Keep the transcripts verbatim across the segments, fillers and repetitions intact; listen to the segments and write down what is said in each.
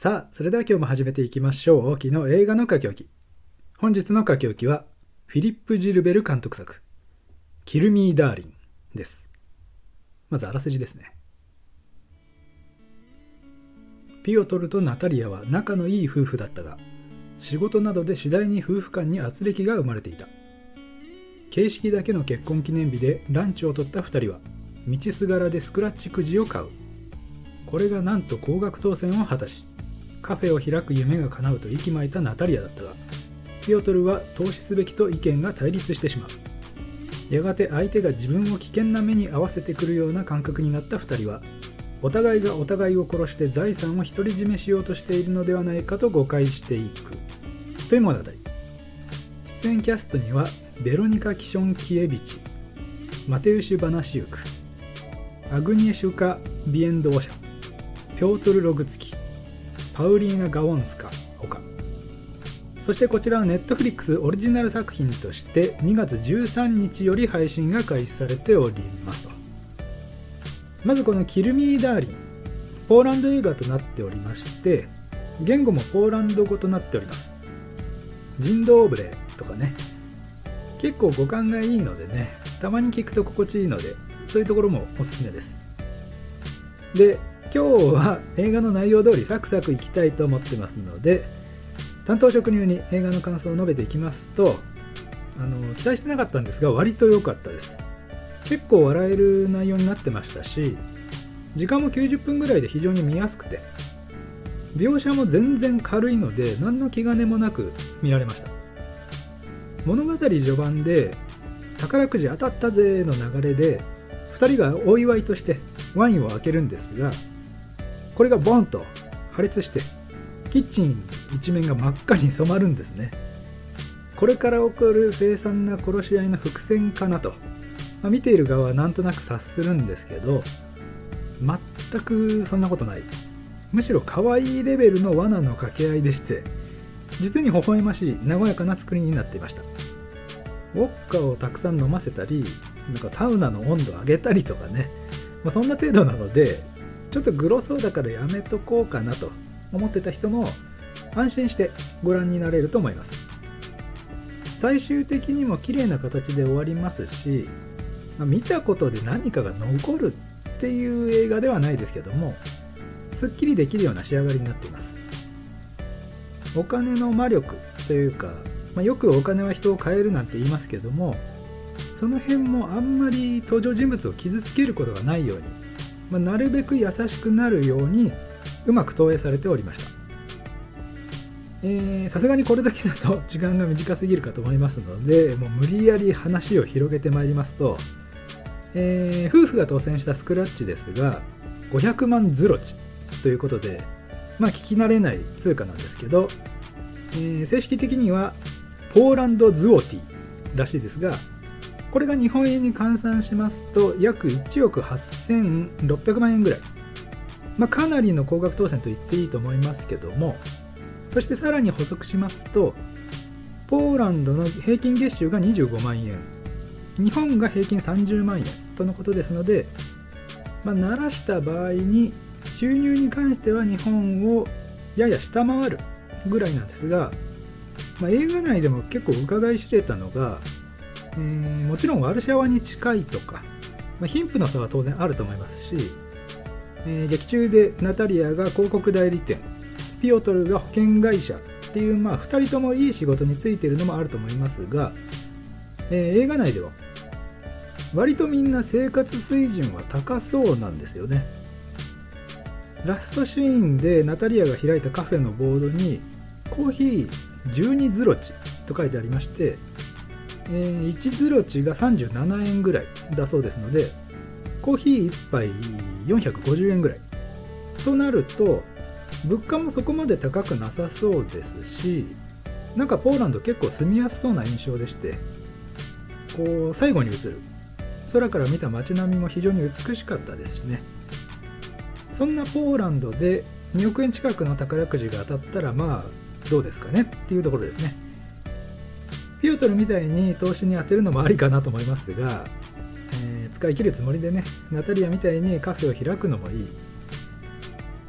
さあ、それでは今日も始めていきましょう。沖の映画の書き置き。本日の書き置きは、フィリップ・ジルベル監督作、キル・ミー・ダーリンです。まずあらすじですね。ピオトルとナタリアは仲のいい夫婦だったが、仕事などで次第に夫婦間に軋轢が生まれていた。形式だけの結婚記念日でランチを取ったふたりは、道すがらでスクラッチくじを買う。これがなんと高額当選を果たし、カフェを開く夢が叶うと息巻いたナタリアだったが、ピオトルは投資すべきと意見が対立してしまう。やがて相手が自分を危険な目に遭わせてくるような感覚になったふたりは、お互いがお互いを殺して財産を独り占めしようとしているのではないかと誤解していくという物語。出演キャストにはベロニカ・キションキエビチ、マテウシュ・バナシウク、アグニエシュカ・ビエンドオシャ、ピョートル・ログツキ、パウリーナ・ガウォンスカほか。そしてこちらはネットフリックスオリジナル作品としてにがつじゅうさんにちより配信が開始されておりますと。まずこのキル・ミー・ダーリン、ポーランド映画となっておりまして、言語もポーランド語となっております。人道オブレとかね、結構語感がいいのでね、たまに聞くと心地いいので、そういうところもおすすめです。で、今日は映画の内容通りサクサクいきたいと思ってますので、担当直入に映画の感想を述べていきますと、あの期待してなかったんですが割と良かったです。結構笑える内容になってましたし、時間もきゅうじゅっぷんぐらいで非常に見やすくて、描写も全然軽いので何の気兼ねもなく見られました。物語序盤で宝くじ当たったぜの流れでふたりがお祝いとしてワインを開けるんですが、これがボンと破裂してキッチン一面が真っ赤に染まるんですね。これから起こる凄惨な殺し合いの伏線かなと、まあ、見ている側はなんとなく察するんですけど、全くそんなことない。むしろ可愛いレベルの罠の掛け合いでして、実に微笑ましい和やかな作りになっていました。ウォッカをたくさん飲ませたり、なんかサウナの温度を上げたりとかね、まあ、そんな程度なのでちょっとグロそうだからやめとこうかなと思ってた人も安心してご覧になれると思います。最終的にも綺麗な形で終わりますし、まあ、見たことで何かが残るっていう映画ではないですけども、すっきりできるような仕上がりになっています。お金の魔力というか、まあ、よくお金は人を変えるなんて言いますけども、その辺もあんまり登場人物を傷つけることがないように、まあ、なるべく優しくなるようにうまく投影されておりました。さすがにこれだけだと時間が短すぎるかと思いますので、もう無理やり話を広げてまいりますと、えー、夫婦が当選したスクラッチですがごひゃくまんズロチということで、まあ聞き慣れない通貨なんですけど、えー、正式的にはポーランドズオティらしいですが、これが日本円に換算しますと約いちおくはっせんろっぴゃくまんえんぐらい、まあ、かなりの高額当選と言っていいと思いますけども、そしてさらに補足しますと、ポーランドの平均月収がにじゅうごまんえん、日本が平均さんじゅうまんえんとのことですので、まあ、ならした場合に収入に関しては日本をやや下回るぐらいなんですが、まあ、映画内でも結構伺い知れたのが、えー、もちろんワルシャワに近いとか、まあ、貧富の差は当然あると思いますし、えー、劇中でナタリアが広告代理店、ピオトルが保険会社っていう、まあ、ふたりともいい仕事に就いているのもあると思いますが、えー、映画内では割とみんな生活水準は高そうなんですよね。ラストシーンでナタリアが開いたカフェのボードにコーヒーじゅうにズロチと書いてありまして、えー、いちズロチがさんじゅうななえんぐらいだそうですので、コーヒーいっぱいよんひゃくごじゅうえんぐらいとなると、物価もそこまで高くなさそうですし、なんかポーランド結構住みやすそうな印象でして、こう最後に映る空から見た街並みも非常に美しかったですしね。そんなポーランドでにおくえん近くの宝くじが当たったら、まあどうですかねっていうところですね。ピオトルみたいに投資に当てるのもありかなと思いますが、えー、使い切るつもりでね、ナタリアみたいにカフェを開くのもいい。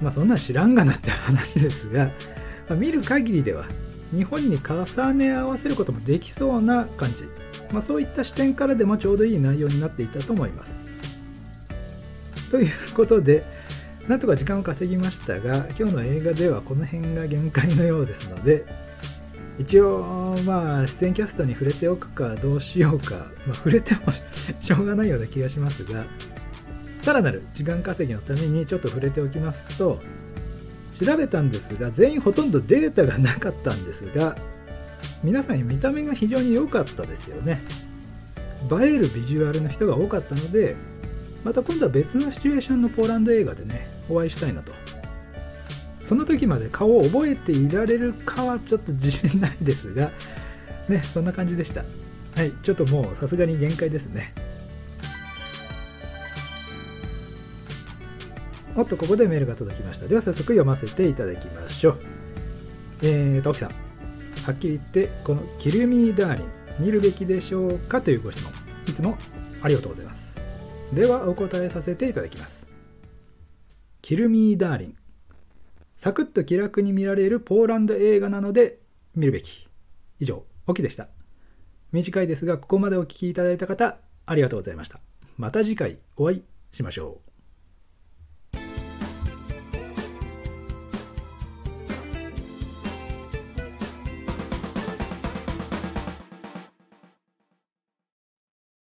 まあそんなん知らんがなって話ですが、まあ、見る限りでは日本に重ね合わせることもできそうな感じ、まあ、そういった視点からでもちょうどいい内容になっていたと思います。ということでなんとか時間を稼ぎましたが、今日の映画ではこの辺が限界のようですので、一応まあ出演キャストに触れておくかどうしようか、まあ、触れてもしょうがないような気がしますが、さらなる時間稼ぎのためにちょっと触れておきますと、調べたんですが全員ほとんどデータがなかったんですが、皆さん見た目が非常に良かったですよね。映えるビジュアルの人が多かったので、また今度は別のシチュエーションのポーランド映画でねお会いしたいなと。その時まで顔を覚えていられるかはちょっと自信ないですがね、そんな感じでした。はい、ちょっともうさすがに限界ですね。おっと、ここでメールが届きました。では早速読ませていただきましょう。えーと、沖さん、はっきり言ってこのキルミーダーリン見るべきでしょうかというご質問、いつもありがとうございます。ではお答えさせていただきます。キルミーダーリン、サクッと気楽に見られるポーランド映画なので見るべき。以上、沖でした。短いですがここまでお聞きいただいた方ありがとうございました。また次回お会いしましょう。